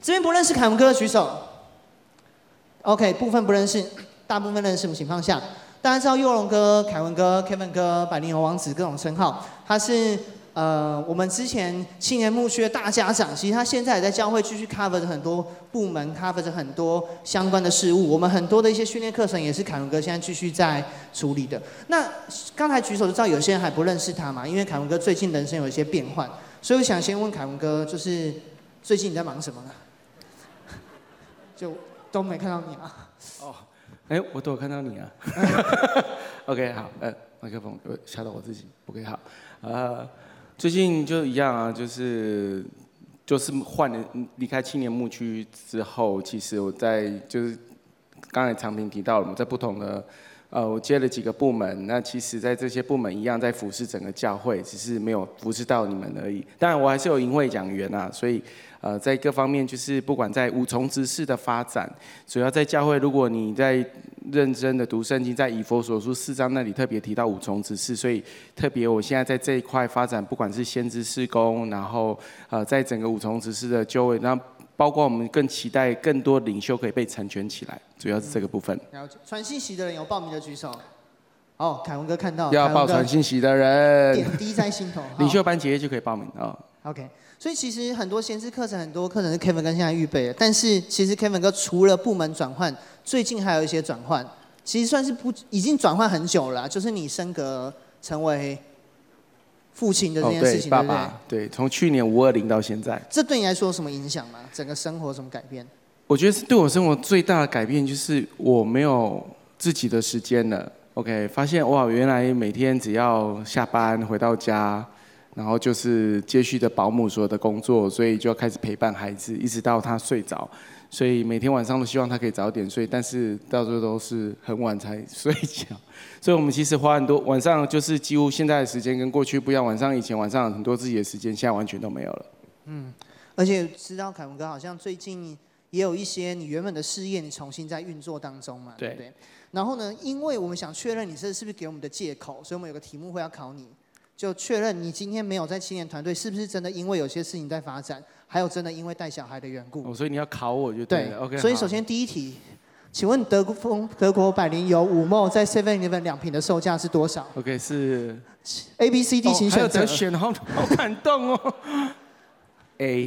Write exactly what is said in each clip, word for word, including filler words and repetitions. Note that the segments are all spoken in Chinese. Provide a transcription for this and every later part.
这边不认识凯文哥的举手。OK， 部分不认识，大部分认识，我们请放下。大家知道佑龙哥、凯文哥、Kevin 哥、百灵猴王子各种称号，他是呃我们之前青年牧区的大家长，其实他现在也在教会继续 cover 着很多部门 ，cover 着很多相关的事务。我们很多的一些训练课程也是凯文哥现在继续在处理的。那刚才举手就知道有些人还不认识他嘛，因为凯文哥最近人生有一些变换，所以我想先问凯文哥，就是最近你在忙什么呢？就都没看到你啊。 哦，哎，我都有看到你啊。OK， 好，呃，麦克风，我吓到我自己。OK， 好，呃，最近就一样啊，就是就是换了离开青年牧区之后，其实我在就是刚才长平提到了，我们在不同的呃，我接了几个部门，那其实在这些部门一样在服侍整个教会，只是没有服侍到你们而已。当然，我还是有营会讲员啊，所以。呃，在各方面就是不管在五重职事的发展，主要在教会，如果你在认真的读圣经，在以弗所书四章那里特别提到五重职事，所以特别我现在在这一块发展，不管是先知事工，然后呃，在整个五重职事的就位，那包括我们更期待更多领袖可以被成全起来，主要是这个部分。 了解，传信息的人有报名的举手。哦，凯文哥看到。 要报传信息的人。 点滴在心头。 领袖班结业就可以报名啊。哦 OK， 所以其实很多先知课程，很多课程是 Kevin 哥现在预备的，但是其实 Kevin 哥除了部门转换，最近还有一些转换，其实算是不已经转换很久了，就是你升格成为父亲的这件事情， 哦、 对, 对不对？ 爸爸，对，从去年五二零到现在， 这对你来说有什么影响吗？整个生活有什么改变？ 我觉得是对我生活最大的改变，就是我没有自己的时间了。OK， 发现哇，原来每天只要下班回到家。然后就是接续的保姆所有的工作，所以就要开始陪伴孩子，一直到他睡着。所以每天晚上都希望他可以早点睡，但是到最后都是很晚才睡觉。所以我们其实花很多晚上，就是几乎现在的时间跟过去不一样。晚上以前晚上很多自己的时间，现在完全都没有了。 嗯，而且知道凯文哥好像最近也有一些你原本的事业，你重新在运作当中嘛，对不对？然后呢，因为我们想确认你这是不是给我们的借口，所以我们有个题目会要考你。就确认你今天没有在青年团队，是不是真的因为有些事情在发展，还有真的因为带小孩的缘故？ 哦，所以你要考我就对了。 对 ，OK。 所以首先第一题，请问德国风德国百灵油五毫在 Seven Eleven 两瓶的售价是多少 ？OK， 是 A B C D 请选择。 哦、还有得选，好好感动哦。A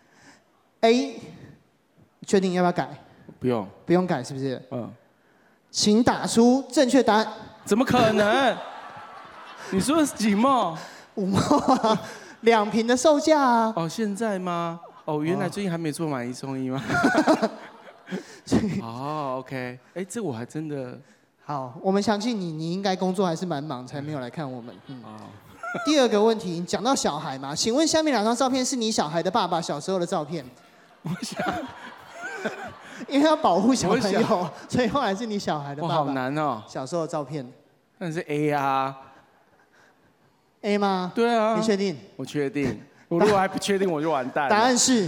A， 确定要不要改？ 不用， 不用改是不是？ 嗯。 请打出正确答案。 怎么可能？你说的是几毛？ 五毛啊，两瓶的售价啊。 哦，现在吗？哦，原来最近还没做买一送一吗？哦 ，OK， 哎，这我还真的。 好，我们相信你，你应该工作还是蛮忙，才没有来看我们。嗯。哦。第二个问题，你讲到小孩嘛，请问下面两张照片是你小孩的爸爸小时候的照片？ 我想。 因为要保护小朋友，所以后来是你小孩的爸爸。 好难哦。 小时候的照片。 那是 A 啊。 A 吗？ 对啊。 你确定？ 我确定。我如果还不确定，我就完蛋了。 答案是。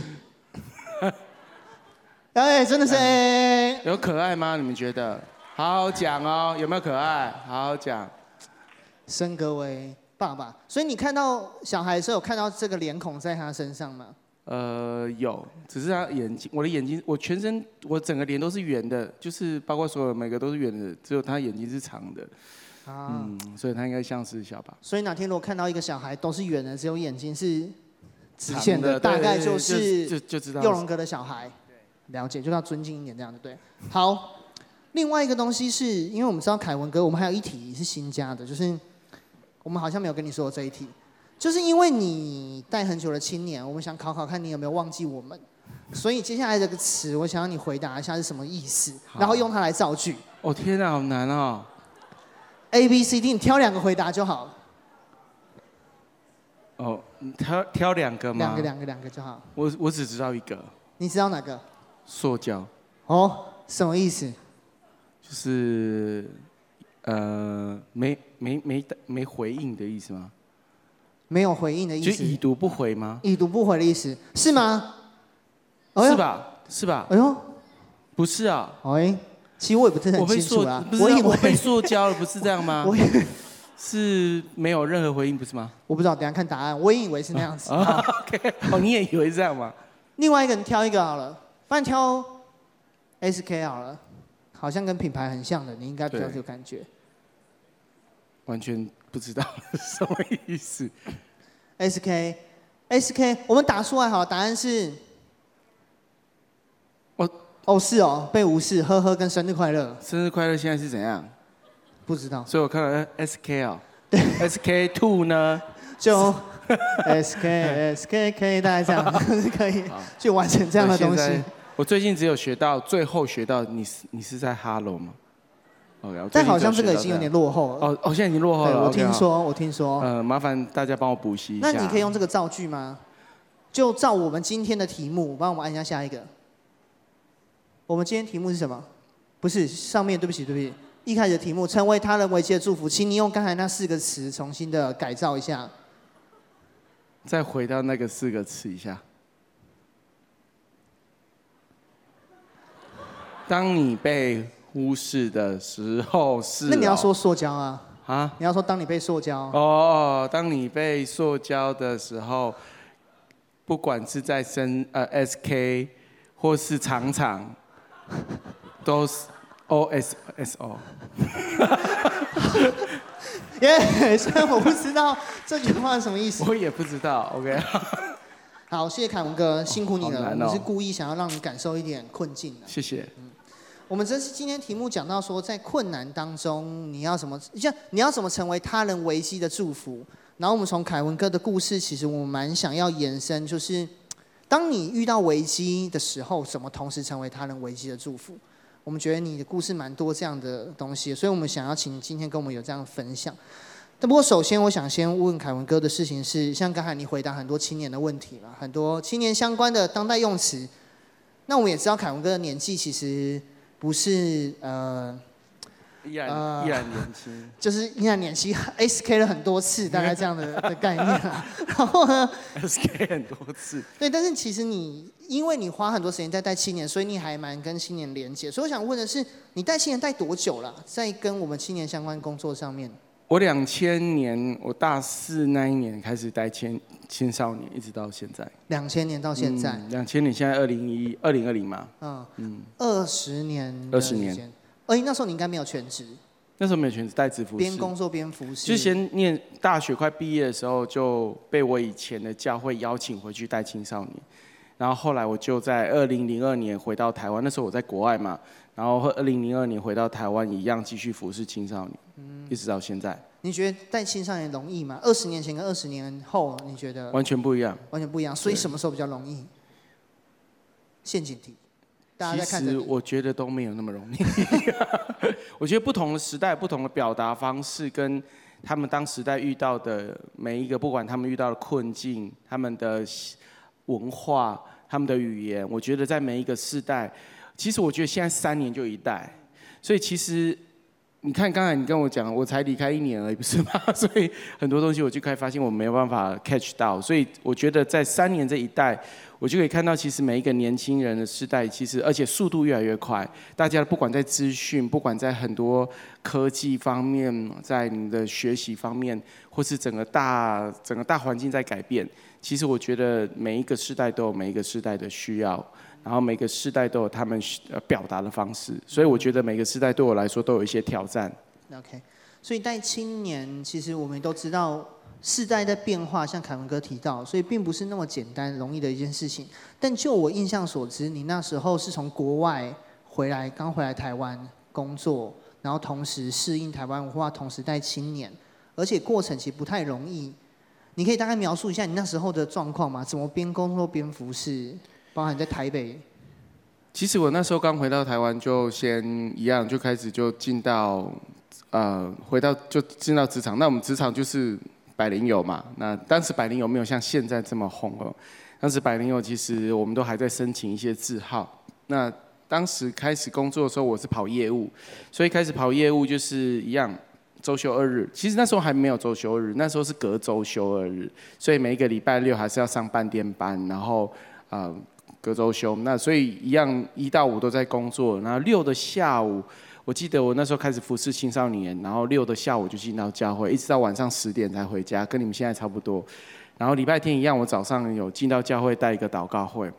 哎，真的是 A。 有可爱吗？你们觉得？好好讲哦，有没有可爱？好好讲。 升格为爸爸，所以你看到小孩的时候，有看到这个脸孔在他身上吗？ 呃，有，只是他眼睛，我的眼睛，我全身，我整个脸都是圆的，就是包括所有每个都是圆的，只有他眼睛是长的。啊。嗯，所以他应该像是小爸。 所以哪天如果看到一个小孩都是圆的，只有眼睛是直线的，大概就是就就知道佑荣哥的小孩。了解，就要尊敬一点，这样的对。好，另外一个东西是因为我们知道凯文哥，我们还有一题是新加的，就是我们好像没有跟你说这一题。就是因为你带很久的青年，我们想考考看你有没有忘记我们，所以接下来这个词，我想让你回答一下是什么意思，然后用它来造句。 哦天哪，好难哦 ！A、B、C、D， 你挑两个回答就好。 哦，挑挑两个吗？ 两个，两个，两个就好。 我我只知道一个。 你知道哪个？ 塑胶。 哦，什么意思？ 就是呃，没没没没回应的意思吗？ 没有回应的意思， 就已读不回吗？ 已读不回的意思是吗？ 哎、是吧？是吧？ 哎呦， 不是啊。 哎，其实我也不是很清楚啦。 我以为我被塑胶了，不是这样吗？我以为是没有任何回应，不是吗？ 我不知道，等一下看答案。我也以为是那样子。 哦、OK， 哦，你也以为是这样吗？ 另外一个人挑一个好了，不然挑 S K 好了，好像跟品牌很像的，你应该比较有感觉。 完全不知道什么意思。 S K S K， 我们打出来好，答案是。 哦哦是哦，被无视，呵呵，跟生日快乐。 生日快乐现在是怎样？ 不知道。 所以我看到 S K 哦。对。S K two 呢？ 就 S K S K 可以大概这样，可以去完成这样的东西。 我最近只有学到最后学到你是你是在 Hello 吗？ Okay, 但好像这个已经有点落后了。 哦哦，现在已经落后了。 我听说，我听说。 呃，麻烦大家帮我补习一下。 那你可以用这个造句吗？就照我们今天的题目，帮我们按一下下一个。我们今天题目是什么？不是上面，对不起，对不起。一开始的题目，成为他人危机的祝福，请你用刚才那四个词重新的改造一下。 再回到那个四个词一下。当你被忽视的时候是、哦。 那你要说塑胶啊。 啊？ 你要说当你被塑胶。 哦，当你被塑胶的时候，不管是在深呃 S K 或是厂厂，都是 O S S O。 耶， yeah, 虽然我不知道这句话是什么意思。 我也不知道。OK。 好，谢谢凯文哥，辛苦你了。 哦、 我是故意想要让你感受一点困境的。 谢谢。 嗯，我们这次今天题目讲到说，在困难当中，你要什么？像你要怎么成为他人危机的祝福？然后我们从凯文哥的故事，其实我们蛮想要延伸，就是当你遇到危机的时候，怎么同时成为他人危机的祝福？我们觉得你的故事蛮多这样的东西，所以我们想要请今天跟我们有这样的分享。但不过首先我想先问凯文哥的事情是，像刚才你回答很多青年的问题嘛，很多青年相关的当代用词。那我们也知道凯文哥的年纪其实不是呃， 依然、呃、依然年轻， 就是依然年轻 ，S K 了很多次，大概这样的的概念啊。然后呢 ，S K 很多次。 对，但是其实你因为你花很多时间在带青年，所以你还蛮跟青年连接。所以我想问的是，你带青年带多久了？在跟我们青年相关工作上面？ 我两千年，我大四那一年开始带青青少年，一直到现在。 两千年到现在。 两千、嗯、年，现在二零一二零二零嘛。 嗯嗯。二十年。 二十年。 而且那时候你应该没有全职。 那时候没有全职，带职服侍。 边工作边服侍。 就先念大学快毕业的时候，就被我以前的教会邀请回去带青少年。然后后来我就在二零零二年回到台湾，那时候我在国外嘛。然后二零零二年回到台湾，一样继续服侍青少年，嗯、一直到现在。 你觉得带青少年容易吗？二十年前跟二十年后，你觉得？ 完全不一样。 完全不一样，所以什么时候比较容易？陷阱题。大家在看着你。 其实我觉得都没有那么容易。我觉得不同的时代、不同的表达方式，跟他们当时代遇到的每一个，不管他们遇到的困境、他们的文化、他们的语言，我觉得在每一个世代。其实我觉得现在三年就一代，所以其实你看刚才你跟我讲，我才离开一年而已，不是吗？所以很多东西我就开始发现我没有办法 catch 到，所以我觉得在三年这一代，我就可以看到其实每一个年轻人的世代，其实而且速度越来越快，大家不管在资讯，不管在很多科技方面，在你的学习方面，或是整个大整个大环境在改变，其实我觉得每一个世代都有每一个世代的需要。然后每个世代都有他们表达的方式，所以我觉得每个世代对我来说都有一些挑战。 OK， 所以带青年，其实我们都知道世代在变化，像凯文哥提到，所以并不是那么简单容易的一件事情。但就我印象所知，你那时候是从国外回来，刚回来台湾工作，然后同时适应台湾文化，同时带青年，而且过程其实不太容易。你可以大概描述一下你那时候的状况吗？怎么边工作边服侍？包含在台北。 其实我那时候刚回到台湾，就先一样就开始就进到呃回到就进到职场。那我们职场就是百灵友嘛。那当时百灵友没有像现在这么红哦。当时百灵友其实我们都还在申请一些字号。那当时开始工作的时候，我是跑业务，所以开始跑业务就是一样周休二日。其实那时候还没有周休二日，那时候是隔周休二日，所以每一个礼拜六还是要上半天班，然后呃。隔周休，那所以一样一到五都在工作，然后六的下午，我记得我那时候开始服侍青少年，然后六的下午就进到教会，一直到晚上十点才回家，跟你们现在差不多。然后礼拜天一样，我早上有进到教会带一个祷告会，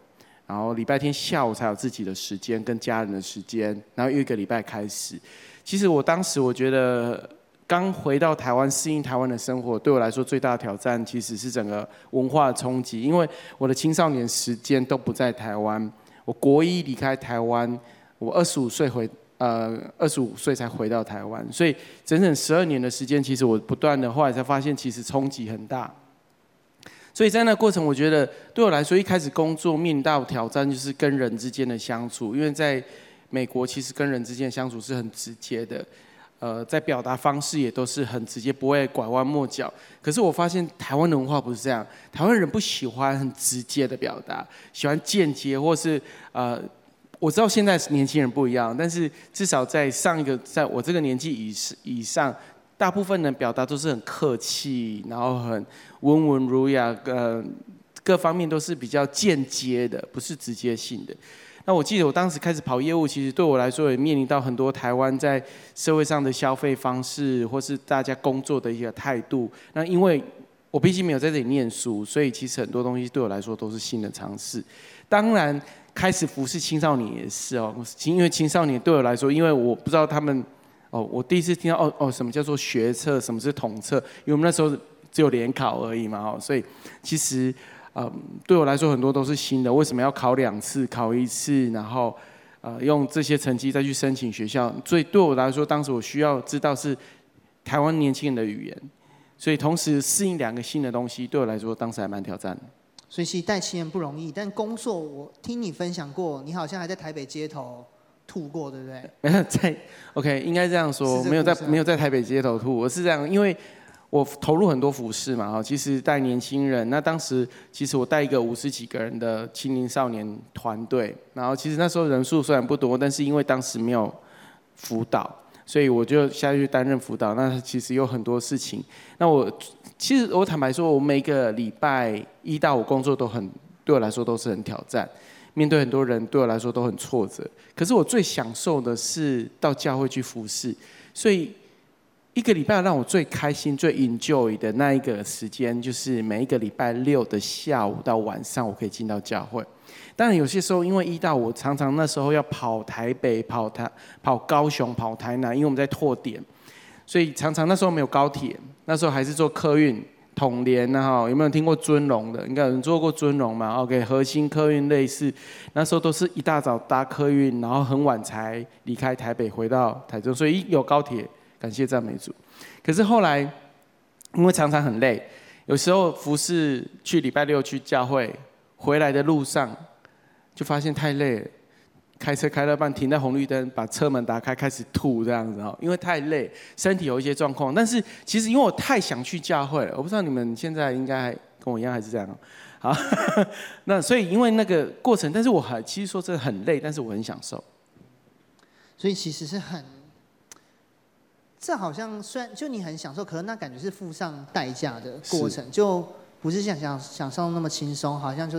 然后礼拜天下午才有自己的时间跟家人的时间，然后又一个礼拜开始。其实我当时我觉得刚回到台湾适应台湾的生活，对我来说最大的挑战其实是整个文化的冲击，因为我的青少年时间都不在台湾，我国一离开台湾，我二十五岁回呃二十五岁才回到台湾，所以整整十二年的时间，其实我不断的后来才发现，其实冲击很大。所以在那个过程，我觉得对我来说，一开始工作面临到挑战就是跟人之间的相处，因为在美国其实跟人之间的相处是很直接的，呃，在表达方式也都是很直接，不会拐弯抹角。可是我发现台湾的文化不是这样，台湾人不喜欢很直接的表达，喜欢间接或是呃，我知道现在年轻人不一样，但是至少在上一个，在我这个年纪以以上。大部分人表达都是很客气，然后很温文儒雅，呃，各方面都是比较间接的，不是直接性的。那我记得我当时开始跑业务，其实对我来说也面临到很多台湾在社会上的消费方式，或是大家工作的一个态度。那因为我毕竟没有在这里念书，所以其实很多东西对我来说都是新的尝试。当然，开始服侍青少年也是哦，因为青少年对我来说，因为我不知道他们。哦，我第一次听到哦哦，什么叫做学测，什么是统测？因为我们那时候只有联考而已嘛，哦，所以其实，嗯，对我来说很多都是新的。为什么要考两次，考一次，然后呃用这些成绩再去申请学校？所以对我来说，当时我需要知道是台湾年轻人的语言，所以同时适应两个新的东西，对我来说当时还蛮挑战的。 所以其实带青年不容易，但工作我听你分享过，你好像还在台北街头。吐过对不对？ 没有在 ，OK， 应该这样说，没有在没有在台北街头吐。我是这样，因为我投入很多服事嘛，哈，其实带年轻人。那当时其实我带一个五十几个人的青年少年团队，然后其实那时候人数虽然不多，但是因为当时没有辅导，所以我就下去担任辅导。那其实有很多事情。那我其实我坦白说，我每个礼拜一到五工作都很对我来说都是很挑战。面对很多人，对我来说都很挫折。可是我最享受的是到教会去服侍，所以一个礼拜让我最开心、最 enjoy 的那一个时间，就是每一个礼拜六的下午到晚上，我可以进到教会。当然有些时候，因为一到我常常那时候要跑台北、跑台、跑高雄、跑台南，因为我们在拓点，所以常常那时候没有高铁，那时候还是坐客运。统联啊，哈，有没有听过尊荣的？应该有人做过尊荣嘛 ？OK， 核心客运类似，那时候都是一大早搭客运，然后很晚才离开台北回到台中，所以一有高铁，感谢赞美主。可是后来，因为常常很累，有时候服侍去礼拜六去教会，回来的路上就发现太累了。开车开到半，停在红绿灯，把车门打开，开始吐这样子哦，因为太累，身体有一些状况。但是其实因为我太想去教会了，我不知道你们现在应该跟我一样还是这样哦。好，那所以因为那个过程，但是我还其实说真的很累，但是我很享受。 所以其实是很，这好像虽然就你很享受，可是那感觉是付上代价的过程，就不是想想享受那么轻松，好像就是。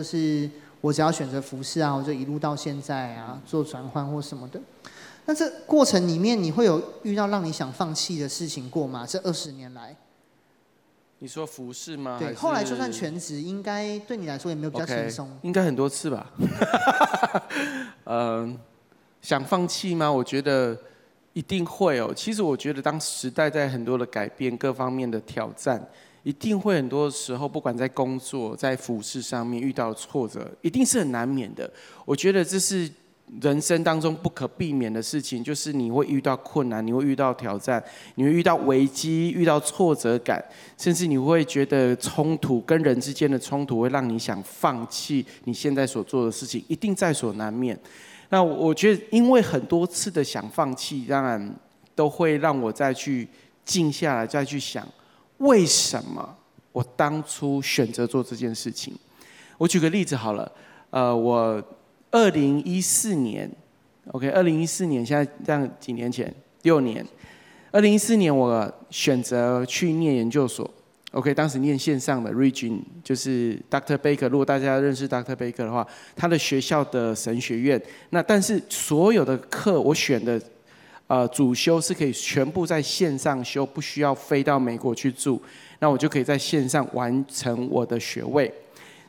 我只要选择服侍啊，我就一路到现在啊，做转换或什么的。那这过程里面，你会有遇到让你想放弃的事情过吗？这二十年来， 你说服侍吗？ 对，后来就算全职，应该对你来说也没有比较轻松。 Okay, 应该很多次吧。嗯，想放弃吗？我觉得一定会哦。其实我觉得，当时代在很多的改变，各方面的挑战。一定会很多时候，不管在工作、在服事上面遇到挫折，一定是很难免的。我觉得这是人生当中不可避免的事情，就是你会遇到困难，你会遇到挑战，你会遇到危机，遇到挫折感，甚至你会觉得冲突跟人之间的冲突会让你想放弃你现在所做的事情，一定在所难免。那我觉得，因为很多次的想放弃，当然都会让我再去静下来，再去想。为什么我当初选择做这件事情？我举个例子好了，呃，我二零一四年 ，OK， 二零一四年，现在这样几年前，六年，二零一四年我选择去念研究所 ，OK， 当时念线上的 Regin， 就是 Doctor Baker， 如果大家认识 Doctor Baker 的话，他的学校的神学院，那但是所有的课我选的。呃，主修是可以全部在线上修，不需要飞到美国去住，那我就可以在线上完成我的学位。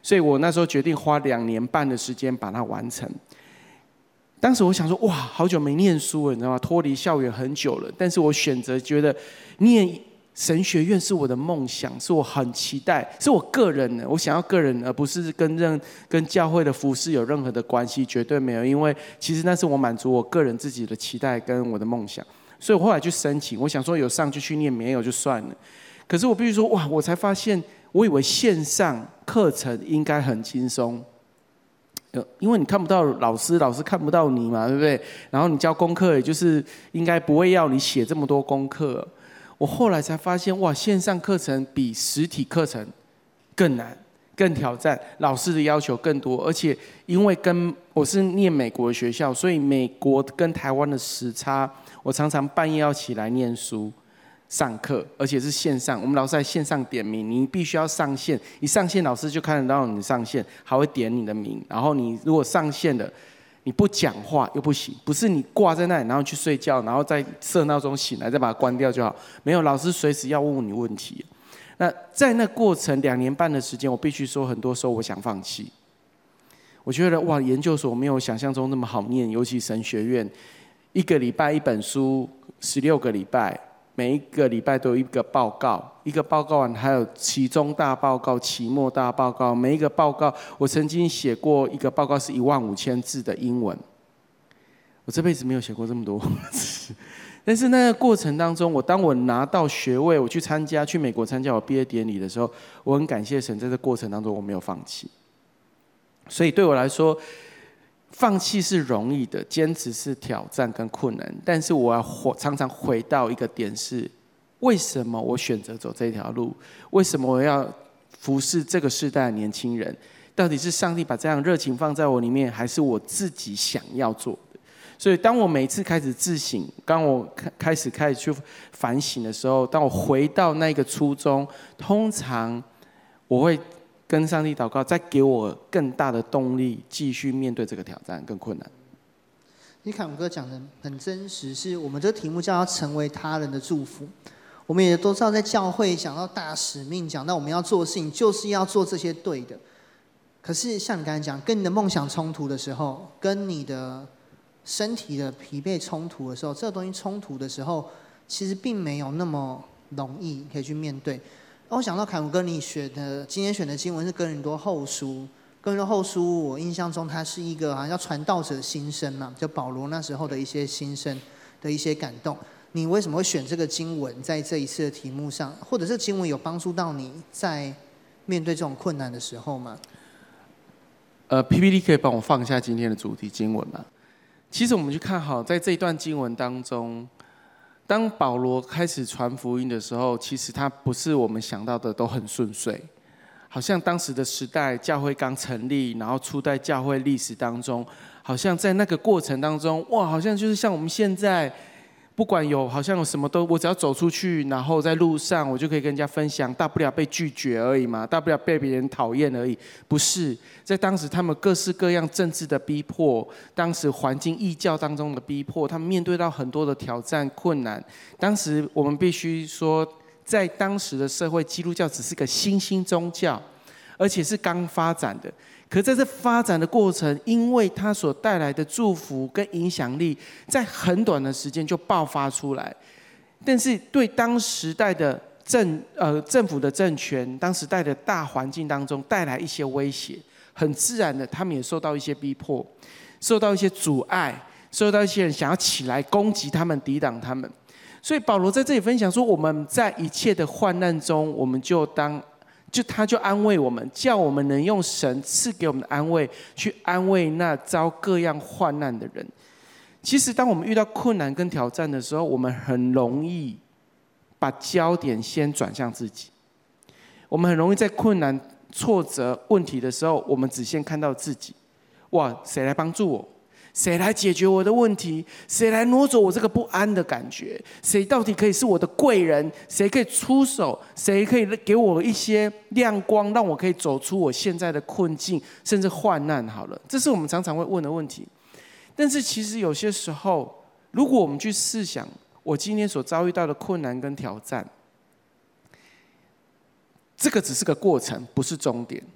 所以我那时候决定花两年半的时间把它完成。当时我想说，哇，好久没念书了，你知道吗？脱离校园很久了，但是我选择觉得念神学院是我的梦想，是我很期待，是我个人的，我想要个人，而不是跟任跟教会的服事有任何的关系，绝对没有。因为其实那是我满足我个人自己的期待跟我的梦想，所以我后来去申请，我想说有上就去念，没有就算了。可是我必须说，哇，我才发现，我以为线上课程应该很轻松。因为你看不到老师，老师看不到你嘛，对不对？然后你交功课，也就是应该不会要你写这么多功课。我后来才发现，哇，线上课程比实体课程更难、更挑战，老师的要求更多，而且因为跟我是念美国的学校，所以美国跟台湾的时差，我常常半夜要起来念书。上课，而且是线上，我们老师在线上点名，你必须要上线，一上线老师就看得到你上线，还会点你的名，然后你如果上线了，你不讲话又不行，不是你挂在那里然后去睡觉，然后再设闹钟醒来再把它关掉就好，没有，老师随时要问你问题。那在那过程两年半的时间，我必须说，很多时候我想放弃，我觉得哇，研究所没有想象中那么好念，尤其神学院，一个礼拜一本书，十六个礼拜。每一个礼拜都有一个报告，一个报告完还有期中大报告、期末大报告。每一个报告，我曾经写过一个报告是一万五千字的英文，我这辈子没有写过这么多字。但是那个过程当中，我当我拿到学位，我去参加去美国参加我毕业典礼的时候，我很感谢神，在这过程当中我没有放弃。所以对我来说，放弃是容易的，坚持是挑战跟困难。但是我要常常回到一个点是：为什么我选择走这条路？为什么我要服侍这个世代的年轻人？到底是上帝把这样热情放在我里面，还是我自己想要做的？所以，当我每次开始自省，当我开始开始去反省的时候，当我回到那个初衷，通常我会跟上帝祷告，再给我更大的动力，继续面对这个挑战更困难。 其实凯文哥讲的很真实，是我们这个题目叫要成为他人的祝福。我们也都知道，在教会讲到大使命，讲到我们要做的事情，就是要做这些对的。可是像你刚才讲，跟你的梦想冲突的时候，跟你的身体的疲惫冲突的时候，这个东西冲突的时候，其实并没有那么容易可以去面对。我想到凯文哥，你选的今天选的经文是哥林多后书。哥林多后书，我印象中它是一个好像叫传道者心声嘛，就保罗那时候的一些心声的一些感动。你为什么会选这个经文在这一次的题目上？或者这经文有帮助到你在面对这种困难的时候吗？ 呃 ，P P T 可以帮我放一下今天的主题经文吗？其实我们去看好，在这一段经文当中。当保罗开始传福音的时候，其实他不是我们想到的都很顺遂，好像当时的时代教会刚成立，然后初代教会历史当中，好像在那个过程当中，哇，好像就是像我们现在，不管有好像有什么都，我只要走出去，然后在路上我就可以跟人家分享，大不了被拒绝而已嘛，大不了被别人讨厌而已。不是，在当时他们各式各样政治的逼迫，当时环境异教当中的逼迫，他们面对到很多的挑战困难。当时我们必须说，在当时的社会，基督教只是个新兴宗教，而且是刚发展的。可在这发展的过程，因为它所带来的祝福跟影响力，在很短的时间就爆发出来。但是对当时代的政呃政府的政权，当时代的大环境当中带来一些威胁，很自然的，他们也受到一些逼迫，受到一些阻碍，受到一些人想要起来攻击他们、抵挡他们。所以保罗在这里分享说，我们在一切的患难中，我们就当。就他就安慰我们，叫我们能用神赐给我们的安慰，去安慰那遭各样患难的人。其实，当我们遇到困难跟挑战的时候，我们很容易把焦点先转向自己。我们很容易在困难、挫折、问题的时候，我们只先看到自己。哇，谁来帮助我？谁来解决我的问题？谁来挪走我这个不安的感觉？谁到底可以是我的贵人？谁可以出手？谁可以给我一些亮光，让我可以走出我现在的困境，甚至患难？好了，这是我们常常会问的问题。但是其实有些时候，如果我们去试想，我今天所遭遇到的困难跟挑战，这个只是个过程，不是终点。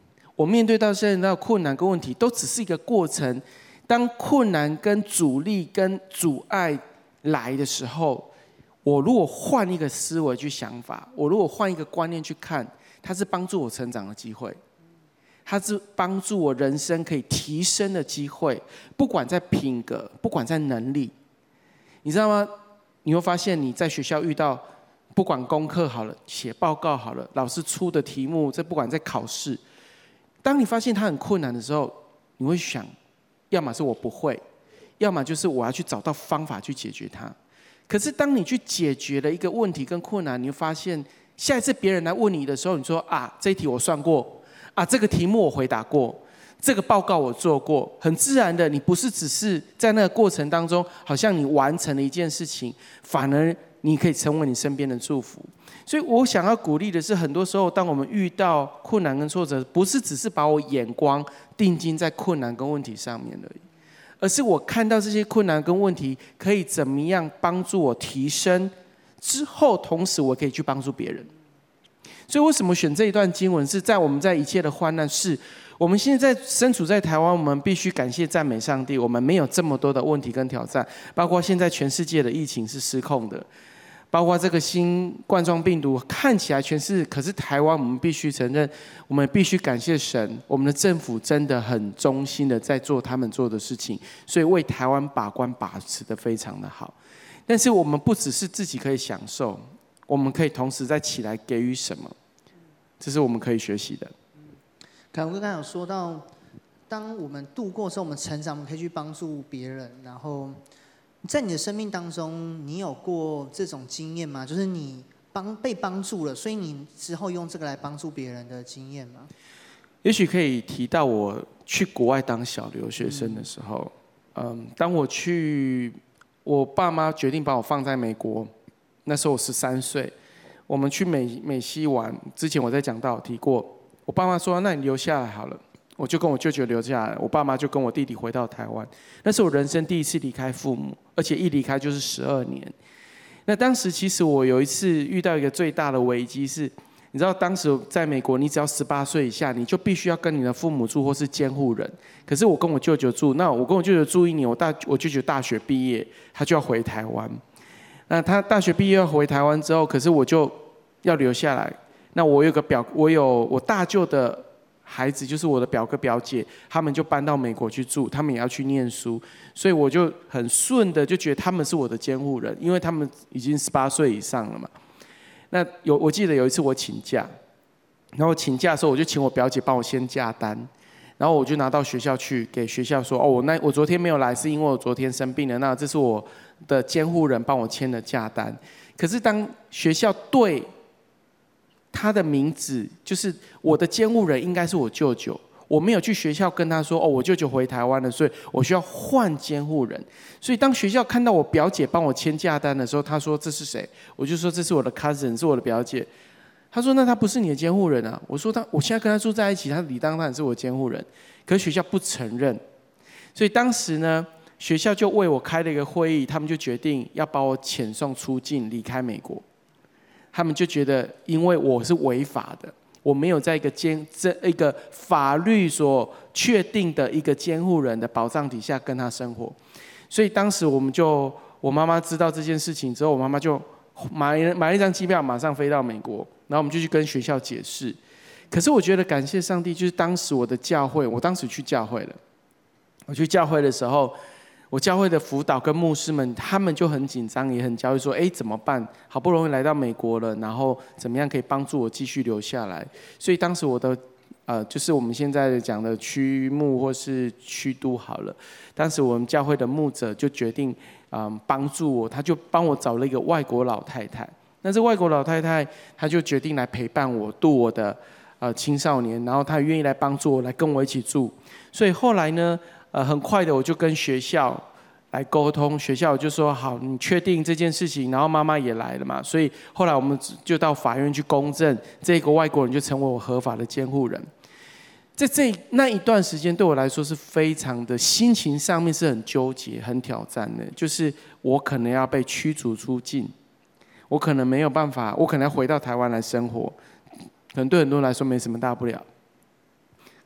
我面对到现在的困难跟问题，都只是一个过程。当困难跟阻力跟阻碍来的时候，我如果换一个思维去想法，我如果换一个观念去看，它是帮助我成长的机会，它是帮助我人生可以提升的机会，不管在品格，不管在能力，你知道吗？你会发现你在学校遇到，不管功课好了，写报告好了，老师出的题目，这不管在考试，当你发现它很困难的时候，你会想，要么是我不会，要么就是我要去找到方法去解决它。可是当你去解决了一个问题跟困难，你会发现下一次别人来问你的时候，你说啊，这一题我算过，啊，这个题目我回答过，这个报告我做过，很自然的，你不是只是在那个过程当中，好像你完成了一件事情，反而你可以成为你身边的祝福。所以我想要鼓励的是，很多时候当我们遇到困难跟挫折，不是只是把我眼光定睛在困难跟问题上面而已，而是我看到这些困难跟问题可以怎么样帮助我提升之后，同时我可以去帮助别人。所以为什么选这一段经文，是在我们在一切的患难，是我们现在身处在台湾，我们必须感谢赞美上帝，我们没有这么多的问题跟挑战，包括现在全世界的疫情是失控的，包括这个新冠状病毒看起来全是，可是台湾我们必须承认，我们必须感谢神，我们的政府真的很忠心的在做他们做的事情，所以为台湾把关把持的非常的好。但是我们不只是自己可以享受，我们可以同时再起来给予什么，这是我们可以学习的。 凯文哥刚才有说到，当我们度过之后，我们成长，我们可以去帮助别人。然后，在你的生命当中，你有过这种经验吗？就是你帮被帮助了，所以你之后用这个来帮助别人的经验吗？ 也许可以提到我去国外当小留学生的时候，嗯，当我去，我爸妈决定把我放在美国，那时候我十三岁，我们去美美西玩，之前我在讲到提过。我爸妈说：“那你留下来好了。”我就跟我舅舅留下来，我爸妈就跟我弟弟回到台湾。那是我人生第一次离开父母，而且一离开就是十二年。那当时其实我有一次遇到一个最大的危机是，你知道当时在美国，你只要十八岁以下，你就必须要跟你的父母住或是监护人。可是我跟我舅舅住，那我跟我舅舅住一年，我大我舅舅大学毕业，他就要回台湾。那他大学毕业要回台湾之后，可是我就要留下来。那我有个表，我有我大舅的孩子，就是我的表哥表姐，他们就搬到美国去住，他们也要去念书，所以我就很顺的就觉得他们是我的监护人，因为他们已经十八岁以上了嘛。那有我记得有一次我请假，然后请假的时候我就请我表姐帮我先假单，然后我就拿到学校去给学校说，哦，我那我昨天没有来是因为我昨天生病了，那这是我的监护人帮我签的假单。可是当学校对他的名字，就是我的监护人应该是我舅舅，我没有去学校跟他说，哦，我舅舅回台湾了，所以我需要换监护人。所以当学校看到我表姐帮我签假单的时候，他说这是谁？我就说这是我的 cousin， 是我的表姐。他说那他不是你的监护人啊？我说他，我现在跟他住在一起，他理当然是我监护人，可是学校不承认。所以当时呢，学校就为我开了一个会议，他们就决定要把我遣送出境，离开美国。他们就觉得，因为我是违法的，我没有在一个监这一个法律所确定的一个监护人的保障底下跟他生活，所以当时我们就，我妈妈知道这件事情之后，我妈妈就买买了一张机票，马上飞到美国，然后我们就去跟学校解释。可是我觉得感谢上帝，就是当时我的教会，我当时去教会了，我去教会的时候。我教会的辅导跟牧师们，他们就很紧张，也很焦虑，说：“哎，怎么办？好不容易来到美国了，然后怎么样可以帮助我继续留下来？”所以当时我的，呃，就是我们现在讲的区牧或是区督好了。当时我们教会的牧者就决定，嗯，帮助我，他就帮我找了一个外国老太太。那这外国老太太，她就决定来陪伴我度我的呃青少年，然后她愿意来帮助我，来跟我一起住。所以后来呢？呃，很快的我就跟学校来沟通，学校就说好，你确定这件事情，然后妈妈也来了嘛，所以后来我们就到法院去公证，这个外国人就成为我合法的监护人。在这那一段时间对我来说是非常的，心情上面是很纠结、很挑战的，就是我可能要被驱逐出境，我可能没有办法，我可能要回到台湾来生活，可能对很多人来说没什么大不了。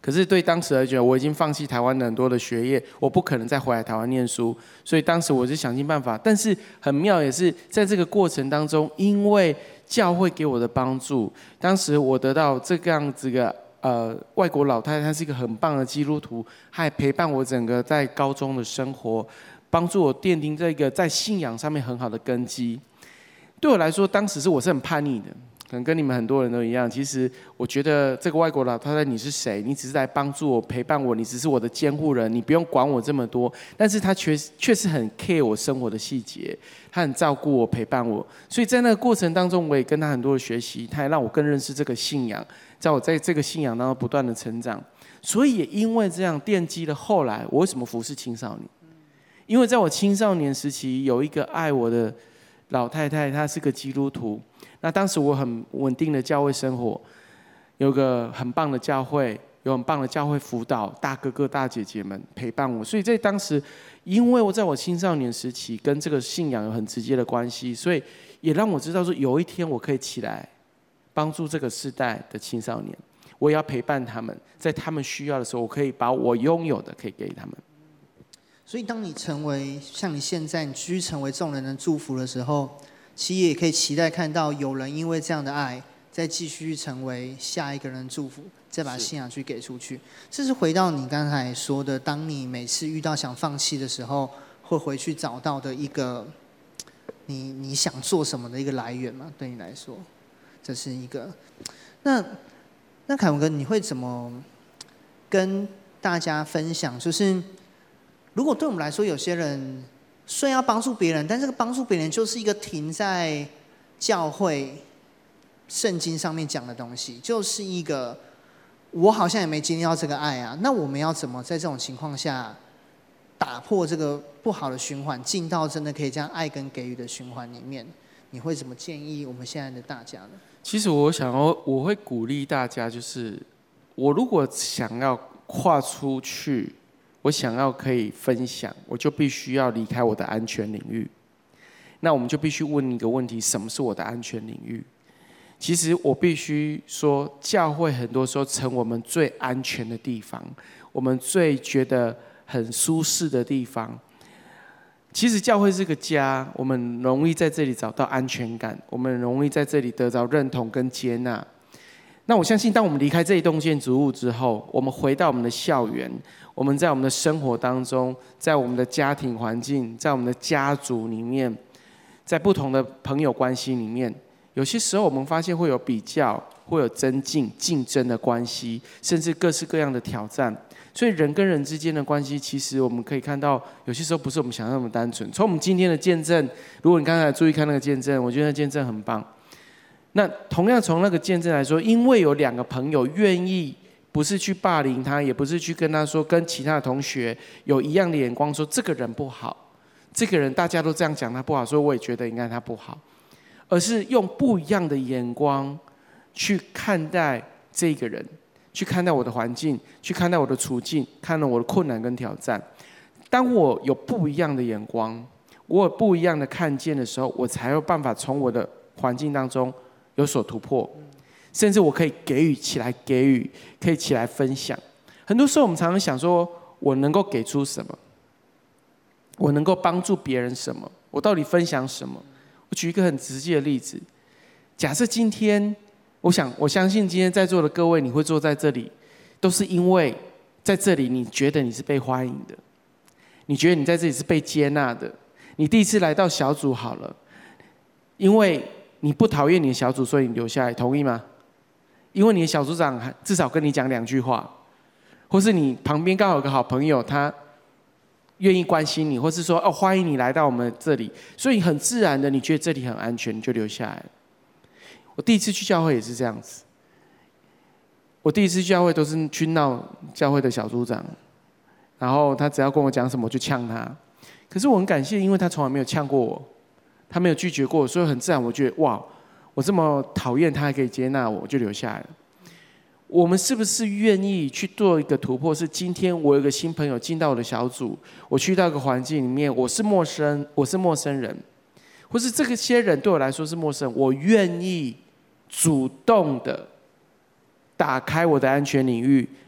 可是对当时来讲，我已经放弃台湾的很多的学业，我不可能再回来台湾念书，所以当时我是想尽办法。但是很妙也是在这个过程当中，因为教会给我的帮助，当时我得到这个样子的呃外国老太太，她是一个很棒的基督徒，她还陪伴我整个在高中的生活，帮助我奠定这个在信仰上面很好的根基。对我来说，当时是我是很叛逆的。可能跟你们很多人都一样，其实我觉得这个外国老太太你是谁？你只是来帮助我、陪伴我，你只是我的监护人，你不用管我这么多。但是她确确实很 care 我生活的细节，她很照顾我、陪伴我。所以在那个过程当中，我也跟她很多的学习，她也让我更认识这个信仰，在我在这个信仰当中不断的成长。所以也因为这样奠基了后来我为什么服侍青少年？因为在我青少年时期有一个爱我的老太太，她是个基督徒。那当时我很稳定的教会生活，有个很棒的教会，有很棒的教会辅导，大哥哥大姐姐们陪伴我，所以在当时，因为我在我青少年时期跟这个信仰有很直接的关系，所以也让我知道说，有一天我可以起来帮助这个世代的青少年，我也要陪伴他们，在他们需要的时候，我可以把我拥有的可以给他们。 所以当你成为像你现在，你继续成为众人的祝福的时候，其实也可以期待看到有人因为这样的爱，再继续成为下一个人的祝福，再把信仰去给出去。这是回到你刚才说的，当你每次遇到想放弃的时候，会回去找到的一个你你想做什么的一个来源嘛？对你来说，这是一个。那那凯文哥，你会怎么跟大家分享？就是如果对我们来说，有些人虽然要帮助别人，但这个帮助别人就是一个停在教会圣经上面讲的东西，就是一个我好像也没经历到这个爱啊。那我们要怎么在这种情况下打破这个不好的循环，进到真的可以这样爱跟给予的循环里面？你会怎么建议我们现在的大家呢？ 其实我想要，我会鼓励大家，就是我如果想要跨出去，我想要可以分享，我就必须要离开我的安全领域。那我们就必须问一个问题：什么是我的安全领域？其实我必须说，教会很多时候成我们最安全的地方，我们最觉得很舒适的地方。其实教会是个家，我们容易在这里找到安全感，我们容易在这里得到认同跟接纳。那我相信，当我们离开这一栋建筑物之后，我们回到我们的校园，我们在我们的生活当中，在我们的家庭环境，在我们的家族里面，在不同的朋友关系里面，有些时候我们发现会有比较，会有增进、竞争的关系，甚至各式各样的挑战。所以人跟人之间的关系，其实我们可以看到，有些时候不是我们想象那么单纯。从我们今天的见证，如果你刚才注意看那个见证，我觉得那见证很棒。那同样从那个见证来说，因为有两个朋友愿意，不是去霸凌他，也不是去跟他说跟其他的同学有一样的眼光，说这个人不好，这个人大家都这样讲他不好，所以我也觉得应该他不好，而是用不一样的眼光去看待这个人，去看待我的环境，去看待我的处境，看待我的困难跟挑战。当我有不一样的眼光，我有不一样的看见的时候，我才有办法从我的环境当中有所突破，甚至我可以给予起来，给予可以起来分享。很多时候我们常常想说，我能够给出什么？我能够帮助别人什么？我到底分享什么？我举一个很直接的例子，假设今天，我想我相信今天在座的各位，你会坐在这里，都是因为在这里你觉得你是被欢迎的，你觉得你在这里是被接纳的。你第一次来到小组好了，因为你不讨厌你的小组，所以你留下来，同意吗？因为你的小组长至少跟你讲两句话，或是你旁边刚好有个好朋友，他愿意关心你，或是说哦欢迎你来到我们这里，所以很自然的你觉得这里很安全，你就留下来。我第一次去教会也是这样子，我第一次去教会都是去闹教会的小组长，然后他只要跟我讲什么我就呛他，可是我很感谢，因为他从来没有呛过我，他没有拒绝过我，所以很自然我觉得哇，我这么讨厌他还可以接纳我，我就留下来了。我们是不是愿意去做一个突破？是今天我有一个新朋友进到我的小组，我去到一个环境里面，我是陌生，我是陌生人，或是这个些人对我来说是陌生人，我愿意主动的打开我的安全领域，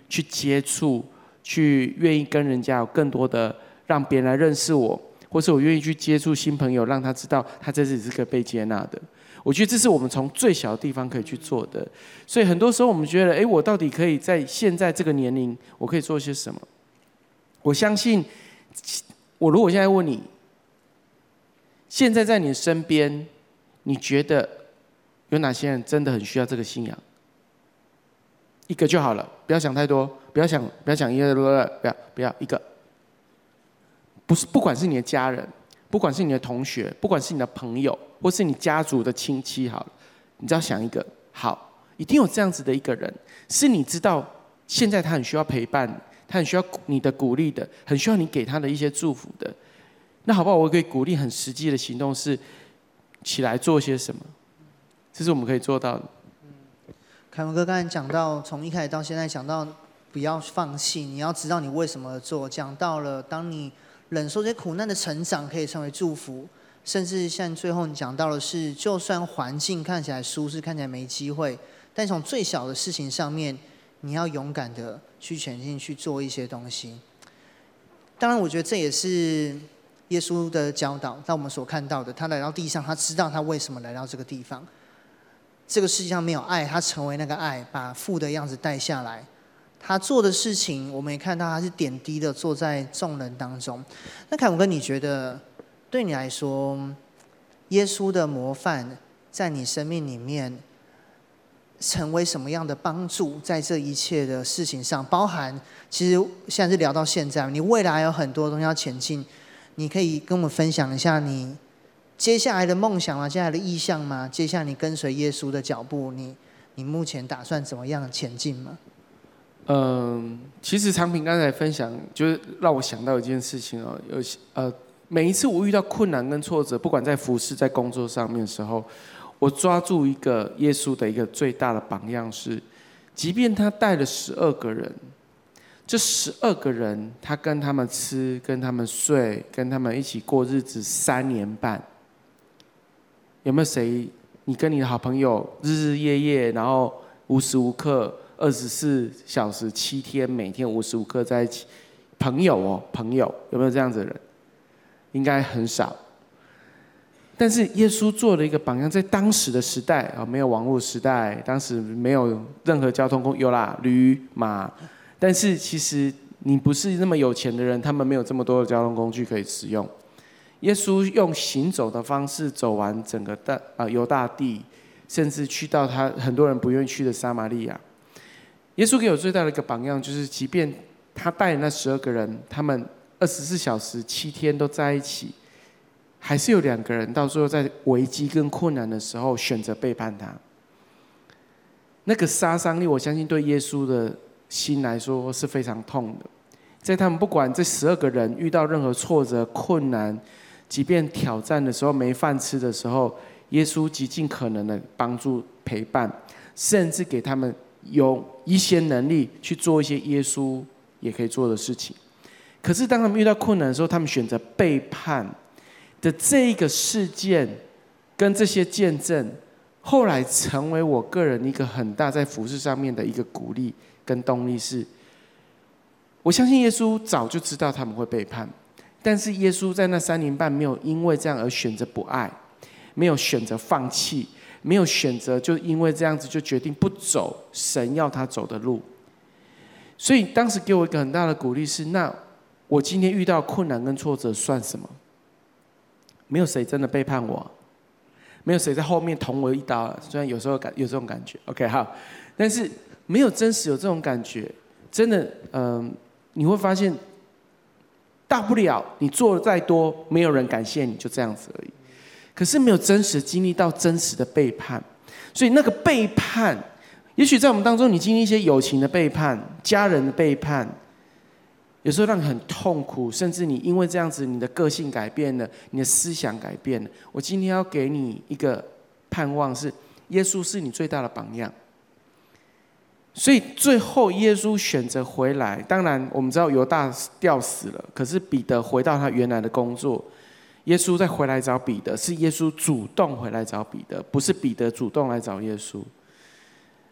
去接触，去愿意跟人家有更多的让别人来认识我，或是我愿意去接触新朋友，让他知道他在这里是可以被接纳的。我觉得这是我们从最小的地方可以去做的。所以很多时候我们觉得，哎，我到底可以在现在这个年龄，我可以做些什么？我相信，我如果现在问你，现在在你身边，你觉得有哪些人真的很需要这个信仰？一个就好了，不要想太多，不要想，不要想一个，不要，不要一个。不是，不管是你的家人，不管是你的同学，不管是你的朋友，或是你家族的亲戚，好了，你只要想一个，好，一定有这样子的一个人，是你知道现在他很需要陪伴，他很需要你的鼓励的，很需要你给他的一些祝福的。那好不好？我可以鼓励很实际的行动是起来做些什么，这是我们可以做到的。 凯文哥刚才讲到，从一开始到现在讲到不要放弃，你要知道你为什么做。讲到了当你忍受这些苦难的成长可以成为祝福，甚至像最后你讲到的是，就算环境看起来舒适，看起来没机会，但从最小的事情上面，你要勇敢的去前进，去做一些东西。当然，我觉得这也是耶稣的教导，在我们所看到的，他来到地上，他知道他为什么来到这个地方。这个世界上没有爱，他成为那个爱，把父的样子带下来。他做的事情，我们也看到他是点滴的做在众人当中。那凯文哥，你觉得对你来说，耶稣的模范在你生命里面成为什么样的帮助？在这一切的事情上，包含其实现在是聊到现在，你未来还有很多东西要前进，你可以跟我们分享一下你接下来的梦想吗？接下来的意向吗？接下来你跟随耶稣的脚步，你你目前打算怎么样前进吗？ 嗯，其实长平刚才分享，就是让我想到一件事情哦，有呃，每一次我遇到困难跟挫折，不管在服事、在工作上面的时候，我抓住一个耶稣的一个最大的榜样是，即便他带了十二个人，这十二个人他跟他们吃、跟他们睡、跟他们一起过日子三年半。有没有谁？你跟你的好朋友日日夜夜，然后无时无刻二十四小时七天，每天无时无刻在一起？朋友哦，朋友有没有这样子的人？应该很少。但是耶稣做了一个榜样，在当时的时代啊，没有网络时代，当时没有任何交通工具，有啦，驴马。但是其实你不是那么有钱的人，他们没有这么多的交通工具可以使用。耶稣用行走的方式走完整个大啊犹大地，甚至去到他很多人不愿意去的撒玛利亚。耶稣给我最大的一个榜样，就是即便他带那十二个人，他们二十四小时七天都在一起，还是有两个人到最后在危机跟困难的时候选择背叛他。那个杀伤力，我相信对耶稣的心来说是非常痛的。在他们不管这十二个人遇到任何挫折困难，即便挑战的时候没饭吃的时候，耶稣极尽可能的帮助陪伴，甚至给他们有一些能力去做一些耶稣也可以做的事情。可是当他们遇到困难的时候，他们选择背叛的这个事件跟这些见证，后来成为我个人一个很大在服事上面的一个鼓励跟动力是，我相信耶稣早就知道他们会背叛，但是耶稣在那三年半没有因为这样而选择不爱，没有选择放弃，没有选择就因为这样子就决定不走神要他走的路。所以当时给我一个很大的鼓励是，那我今天遇到困难跟挫折算什么？没有谁真的背叛我，没有谁在后面捅我一刀，虽然有时候有这种感觉 OK 好，但是没有真实有这种感觉。真的嗯、呃，你会发现大不了你做的再多没有人感谢你，就这样子而已。可是没有真实经历到真实的背叛，所以那个背叛也许在我们当中你经历一些友情的背叛、家人的背叛，有时候让你很痛苦，甚至你因为这样子你的个性改变了，你的思想改变了。我今天要给你一个盼望是，耶稣是你最大的榜样。所以最后耶稣选择回来，当然我们知道犹大吊死了，可是彼得回到他原来的工作。耶稣再回来找彼得，是耶稣主动回来找彼得，不是彼得主动来找耶稣。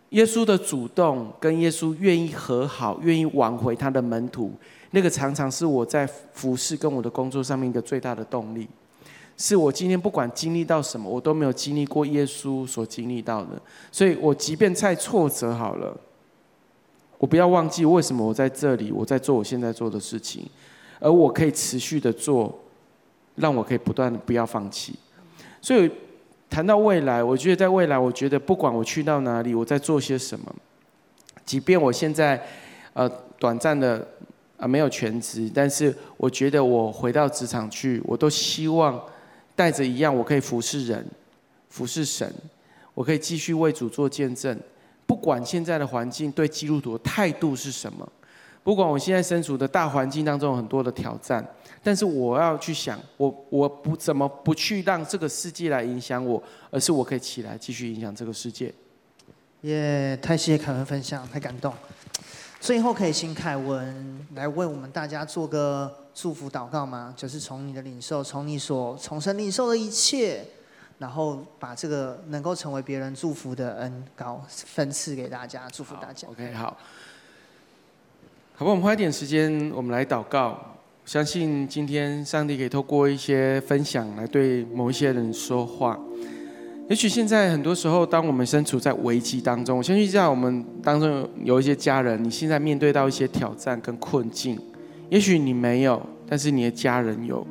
耶稣的主动跟耶稣愿意和好，愿意挽回他的门徒，那个常常是我在服事跟我的工作上面一个最大的动力。是我今天不管经历到什么，我都没有经历过耶稣所经历到的，所以我即便再挫折好了，我不要忘记为什么我在这里，我在做我现在做的事情，而我可以持续的做，让我可以不断的不要放弃。所以谈到未来，我觉得在未来，我觉得不管我去到哪里，我在做些什么，即便我现在呃短暂的啊没有全职，但是我觉得我回到职场去，我都希望带着一样，我可以服侍人，服侍神，我可以继续为主做见证。不管现在的环境对基督徒的态度是什么，不管我现在身处的大环境当中有很多的挑战，但是我要去想，我我不怎么不去让这个世界来影响我，而是我可以起来继续影响这个世界。 耶、yeah, 太谢谢凯文分享，太感动。最后可以请凯文来为我们大家做个祝福祷告吗？就是从你的领受，从你所从神领受的一切，然后把这个能够成为别人祝福的恩膏分赐给大家，祝福大家。 OK， 好，好吧，我们花一点时间，我们来祷告。相信今天上帝可以透过一些分享来对某一些人说话。也许现在很多时候，当我们身处在危机当中，我相信在我们当中有一些家人，你现在面对到一些挑战跟困境，也许你没有，但是你的家人有。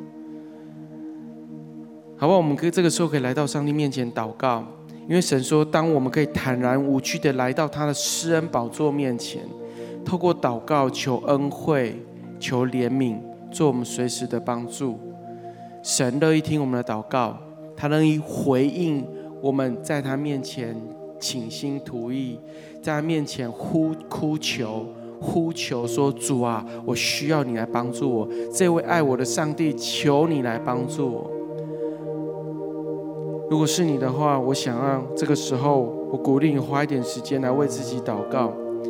好不好？我们可以这个时候可以来到上帝面前祷告，因为神说，当我们可以坦然无惧的来到他的施恩宝座面前，透过祷告求恩惠、求怜悯，做我们随时的帮助。神乐意听我们的祷告，他乐意回应我们在他面前倾心吐意，在他面前呼哭求呼求说，主啊，我需要你来帮助我，这位爱我的上帝，求你来帮助我。如果是你的话，我想让这个时候我鼓励你花一点时间来为自己祷告。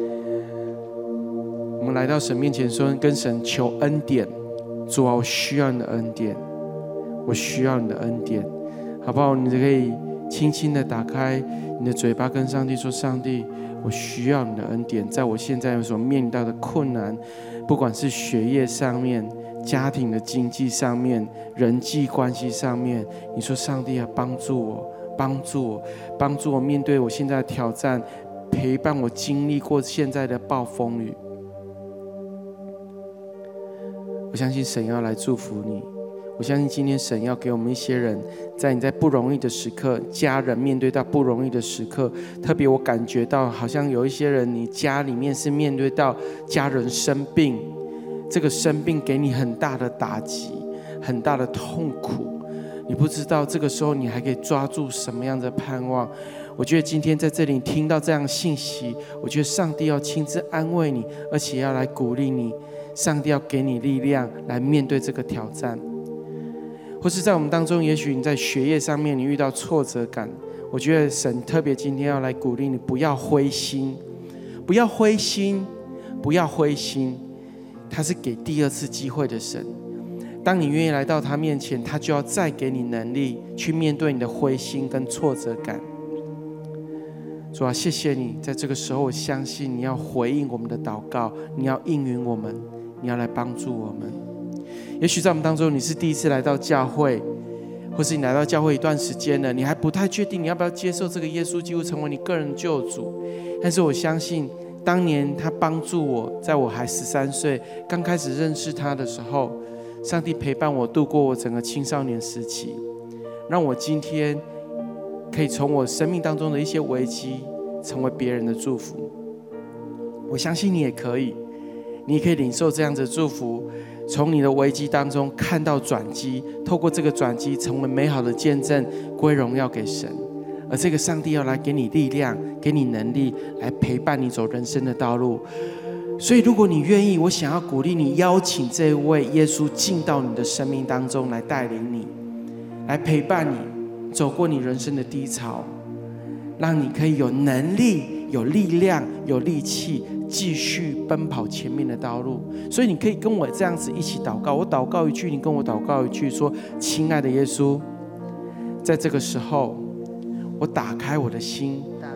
我们来到神面前说，跟神求恩典，主啊，我需要你的恩典，我需要你的恩典，好不好？你可以轻轻的打开你的嘴巴，跟上帝说，上帝，我需要你的恩典，在我现在所面临到的困难，不管是学业上面、家庭的经济上面、人际关系上面，你说上帝要帮助我，帮助我，帮助我面对我现在的挑战，陪伴我经历过现在的暴风雨。我相信神要来祝福你，我相信今天神要给我们一些人，在你在不容易的时刻，家人面对到不容易的时刻，特别我感觉到好像有一些人，你家里面是面对到家人生病，这个生病给你很大的打击，很大的痛苦，你不知道这个时候你还可以抓住什么样的盼望。我觉得今天在这里听到这样的信息，我觉得上帝要亲自安慰你，而且要来鼓励你，上帝要给你力量来面对这个挑战。或是在我们当中，也许你在学业上面你遇到挫折感，我觉得神特别今天要来鼓励你，不要灰心，不要灰心，不要灰心。他是给第二次机会的神，当你愿意来到他面前，他就要再给你能力去面对你的灰心跟挫折感。主啊，谢谢你，在这个时候我相信你要回应我们的祷告，你要应允我们，你要来帮助我们。也许在我们当中你是第一次来到教会，或是你来到教会一段时间了，你还不太确定你要不要接受这个耶稣基督成为你个人救主，但是我相信当年他帮助我，在我还十三岁刚开始认识他的时候，上帝陪伴我度过我整个青少年时期，让我今天可以从我生命当中的一些危机成为别人的祝福。我相信你也可以，你也可以领受这样子的祝福，从你的危机当中看到转机，透过这个转机成为美好的见证，归荣耀给神。而这个上帝要来给你力量，给你能力，来陪伴你走人生的道路。所以如果你愿意，我想要鼓励你，邀请这位耶稣进到你的生命当中来带领你，来陪伴你走过你人生的低潮，让你可以有能力、有力量、有力气继续奔跑前面的道路。所以你可以跟我这样子一起祷告，我祷告一句，你跟我祷告一句，说，亲爱的耶稣，在这个时候我打开我的心，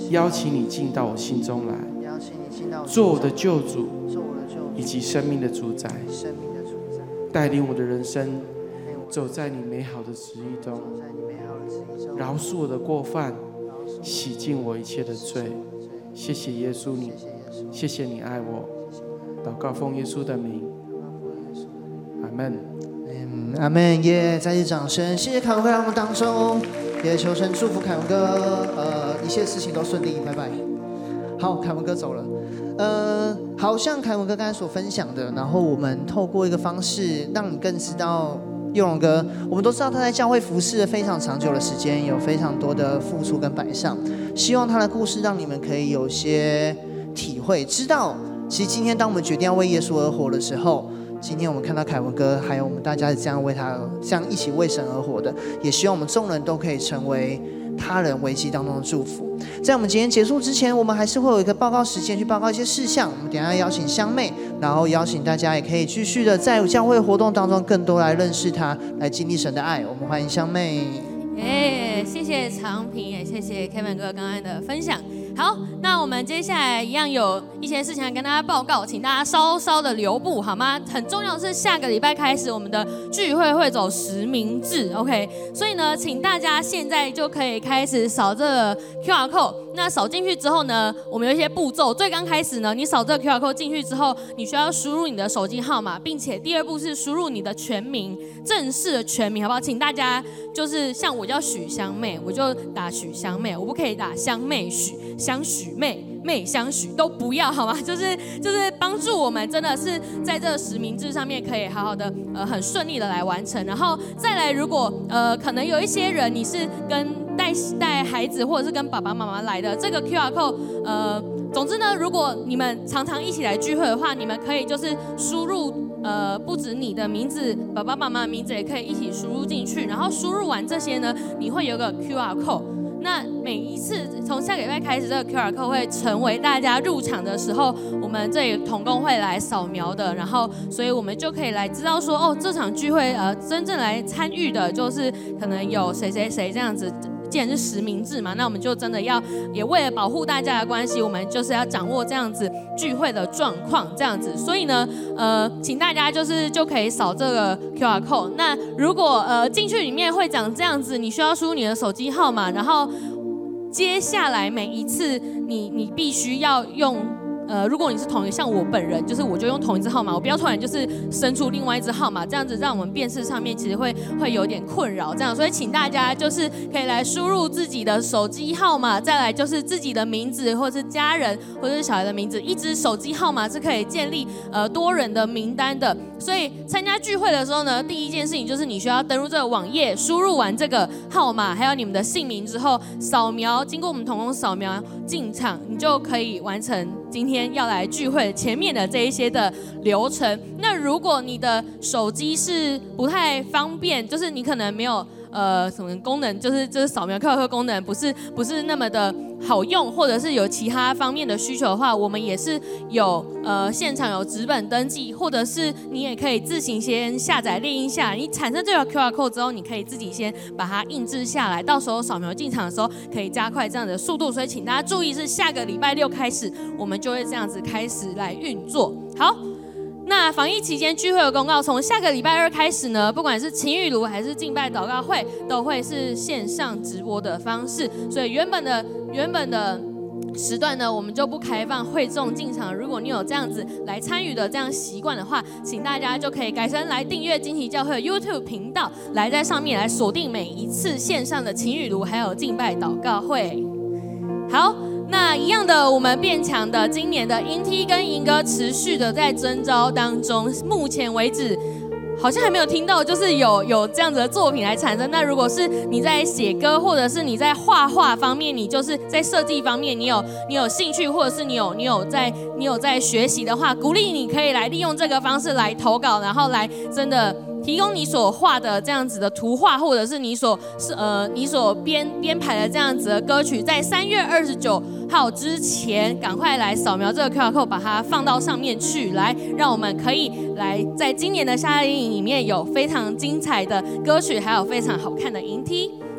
邀请你进到我心中来，做我的救主，以及生命的主宰，带领我的人生走在你美好的旨意中，饶恕我的过犯，洗净我一切的罪。谢谢耶稣你，谢谢你爱我。祷告奉耶稣的名，阿门。 阿门！耶，再次掌声，谢谢凯文哥来我们当中，也求神祝福凯文哥，呃，一切事情都顺利，拜拜。好，凯文哥走了。呃，好像凯文哥刚才所分享的，然后我们透过一个方式，让你更知道佑荣哥。我们都知道他在教会服侍了非常长久的时间，有非常多的付出跟摆上。希望他的故事让你们可以有些体会，知道其实今天当我们决定要为耶稣而活的时候。今天我们看到凯文哥，还有我们大家是这样为他，这样一起为神而活的，也希望我们众人都可以成为他人危机当中的祝福。在我们今天结束之前，我们还是会有一个报告时间，去报告一些事项。我们等一下邀请香妹，然后邀请大家也可以继续的在教会活动当中更多来认识他，来经历神的爱。我们欢迎香妹。 耶、yeah, 谢谢长平，也谢谢 Kevin 哥刚刚的分享。好，那我们接下来一样有一些事情要跟大家报告，请大家稍稍的留步好吗？很重要的是下个礼拜开始我们的聚会会走实名制 ，OK？ 所以呢，请大家现在就可以开始扫这个 Q R code。那扫进去之后呢，我们有一些步骤。最刚开始呢，你扫这个 Q R code 进去之后，你需要输入你的手机号码，并且第二步是输入你的全名，正式的全名，好不好？请大家就是像我叫许香妹，我就打许香妹，我不可以打香妹许、香许妹、妹香许都不要，好吗？就是就是帮助我们真的是在这个实名制上面可以好好的呃很顺利的来完成。然后再来，如果呃可能有一些人你是跟带带孩子或者是跟爸爸妈妈来的，这个 Q R code 呃，总之呢，如果你们常常一起来聚会的话，你们可以就是输入呃不止你的名字，爸爸妈妈的名字也可以一起输入进去。然后输入完这些呢，你会有个 Q R code。那每一次从下个礼拜开始，这个 Q R code 会成为大家入场的时候，我们这里同工会来扫描的。然后，所以我们就可以来知道说，哦，这场聚会呃真正来参与的就是可能有谁谁谁这样子。既然是实名制嘛，那我们就真的要也为了保护大家的关系，我们就是要掌握这样子聚会的状况，这样子。所以呢，呃，请大家就是就可以扫这个 Q R code。那如果呃进去里面会长这样子，你需要输入你的手机号码，然后接下来每一次你你必须要用。呃，如果你是同一个，像我本人，就是我就用同一支号码，我不要突然就是生出另外一支号码，这样子让我们辨识上面其实会会有点困扰，这样，所以请大家就是可以来输入自己的手机号码，再来就是自己的名字，或者是家人或者是小孩的名字，一支手机号码是可以建立呃多人的名单的，所以参加聚会的时候呢，第一件事情就是你需要登入这个网页，输入完这个号码还有你们的姓名之后，扫描，经过我们同工扫描进场，你就可以完成今天要来聚会前面的这一些的流程。那如果你的手机是不太方便，就是你可能没有呃什么功能，就是就是扫描 Q R code 功能不是不是那么的好用，或者是有其他方面的需求的话，我们也是有呃现场有纸本登记，或者是你也可以自行先下载列印下来。你产生这个 Q R code 之后，你可以自己先把它印制下来，到时候扫描进场的时候可以加快这样的速度。所以请大家注意，是下个礼拜六开始，我们就会这样子开始来运作。好。那防疫期间聚会的公告，从下个礼拜二开始呢，不管是晴雨炉还是敬拜祷告会，都会是线上直播的方式。所以原本的原本的时段呢，我们就不开放会众进场。如果你有这样子来参与的这样习惯的话，请大家就可以改成来订阅惊奇教会的 YouTube 频道，来在上面来锁定每一次线上的晴雨炉还有敬拜祷告会。好。那一样的，我们变强的今年的音梯跟银歌持续的在征召当中，目前为止好像还没有听到，就是有有这样子的作品来产生。那如果是你在写歌，或者是你在画画方面，你就是在设计方面，你有你有兴趣，或者是你有你有在你有在学习的话，鼓励你可以来利用这个方式来投稿，然后来真的。提供你所画的这样子的图画，或者是你所是呃你所编编排的这样子的歌曲，在三月二十九号之前，赶快来扫描这个 Q R code， 把它放到上面去，来让我们可以来在今年的夏令营里面有非常精彩的歌曲，还有非常好看的营梯。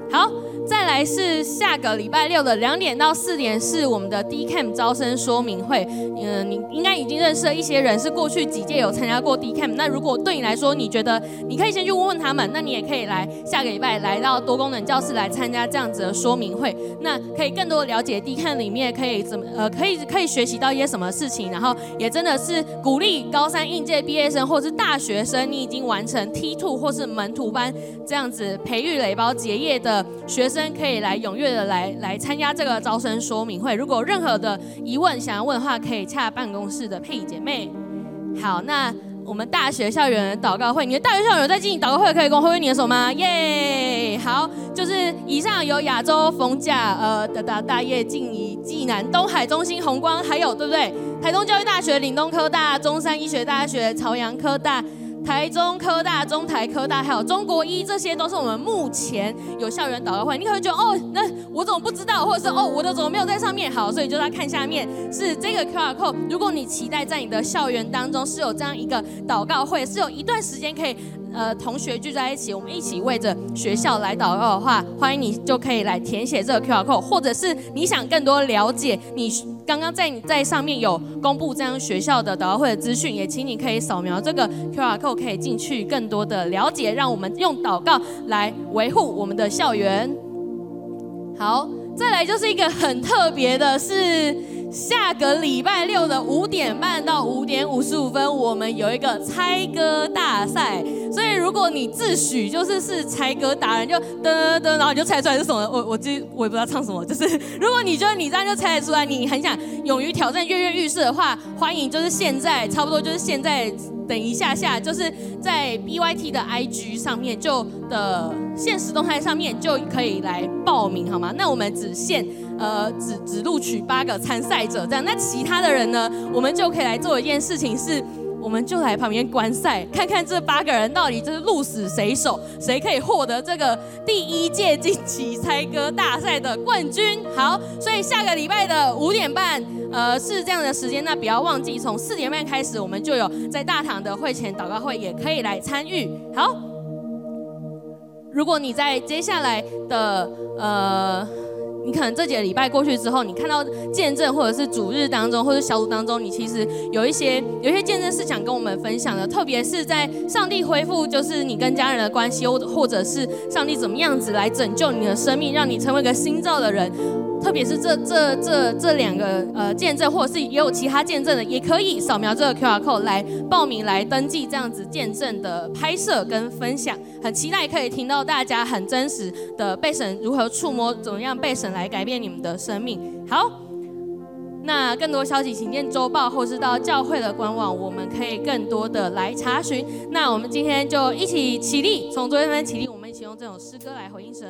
好，再来是下个礼拜六的两点到四点是我们的 D Camp 招生说明会。嗯、呃，你应该已经认识了一些人，是过去几届有参加过 D Camp。那如果对你来说，你觉得你可以先去问问他们，那你也可以来下个礼拜来到多功能教室来参加这样子的说明会。那可以更多了解 D Camp 里面可以怎么呃可以可以学习到一些什么事情，然后也真的是鼓励高三应届毕业生或是大学生，你已经完成 T 二 或是门徒班这样子培育垒包结业的学生，可以来踊跃的来来参加这个招生说明会。如果有任何的疑问想要问的话，可以洽办公室的佩姐妹。好，那我们大学校园祷告会，你的大学校园有在进行祷告会，可以跟我挥挥你的手吗？耶！好，就是以上有亚洲、逢甲、呃的大大业、静宜、暨南、东海中心、弘光，还有对不对？台东教育大学、岭东科大、中山医学大学、朝阳科大、台中科大、中台科大，还有中国医，这些都是我们目前有校园祷告会。你可能觉得哦，那我怎么不知道，或者是哦，我的怎么没有在上面？好，所以就要看下面是这个 Q R code。如果你期待在你的校园当中是有这样一个祷告会，是有一段时间可以呃同学聚在一起，我们一起为着学校来祷告的话，欢迎你就可以来填写这个 Q R code， 或者是你想更多了解你。刚刚在你在上面有公布这样学校的祷告会的资讯，也请你可以扫描这个 Q R code， 可以进去更多的了解，让我们用祷告来维护我们的校园。好，再来就是一个很特别的是，下个礼拜六的五点半到五点五十五分，我们有一个猜歌大赛。所以如果你自诩就是是猜歌达人，就噔噔噔，然后你就猜出来是什么，我我记我也不知道唱什么。就是如果你觉得你这样就猜得出来，你很想勇于挑战跃跃欲试的话，欢迎就是现在差不多就是现在。等一下下，就是在 B Y T 的 I G 上面就的限时动态上面就可以来报名，好吗？那我们只限呃只只录取八个参赛者，这样。那其他的人呢，我们就可以来做一件事情是。我们就来旁边观赛，看看这八个人到底就是鹿死谁手，谁可以获得这个第一届近期猜歌大赛的冠军。好，所以下个礼拜的五点半，呃，是这样的时间。那不要忘记，从四点半开始，我们就有在大堂的会前祷告会，也可以来参与。好，如果你在接下来的呃。你可能这几个礼拜过去之后，你看到见证或者是主日当中，或者小组当中，你其实有一些有一些见证是想跟我们分享的，特别是在上帝恢复，就是你跟家人的关系，或或者是上帝怎么样子来拯救你的生命，让你成为一个新造的人。特别是这这这这两个呃见证，或者是也有其他见证的，也可以扫描这个 Q R code 来报名来登记这样子见证的拍摄跟分享。很期待可以听到大家很真实的被神如何触摸，怎么样被神来改变你们的生命。好，那更多消息请见周报，或是到教会的官网，我们可以更多的来查询。那我们今天就一起起立，从昨天那边起立，我们一起用这首诗歌来回应神。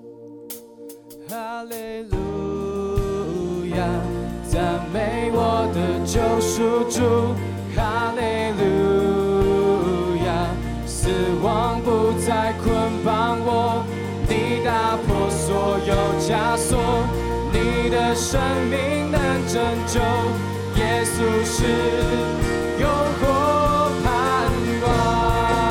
哈利路亚，赞美我的救赎主。哈利路亚，死亡不再捆绑我，你打破所有枷锁，你的生命能拯救，耶稣是永活盼望。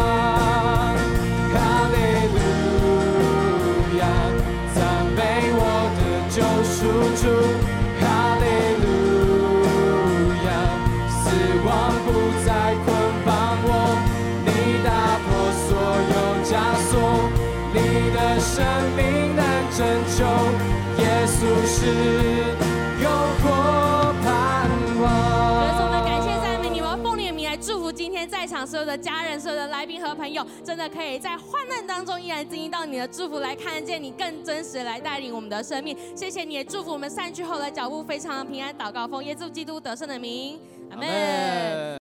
哈利路亚，赞美我的救赎主。哈利路亚，死亡不再捆绑我，你打破所有枷锁，你的生命能拯救，耶稣是永活盼望。 所以我们感谢赞美你们，奉你的名来祝福今天在场所有的家人、所有的来宾和朋友，真的可以在患难当中依然经历到你的祝福，来看见你更真实的来带领我们的生命。谢谢你的祝福，我们散去后的脚步非常的平安。祷告奉耶稣基督得胜的名，阿们。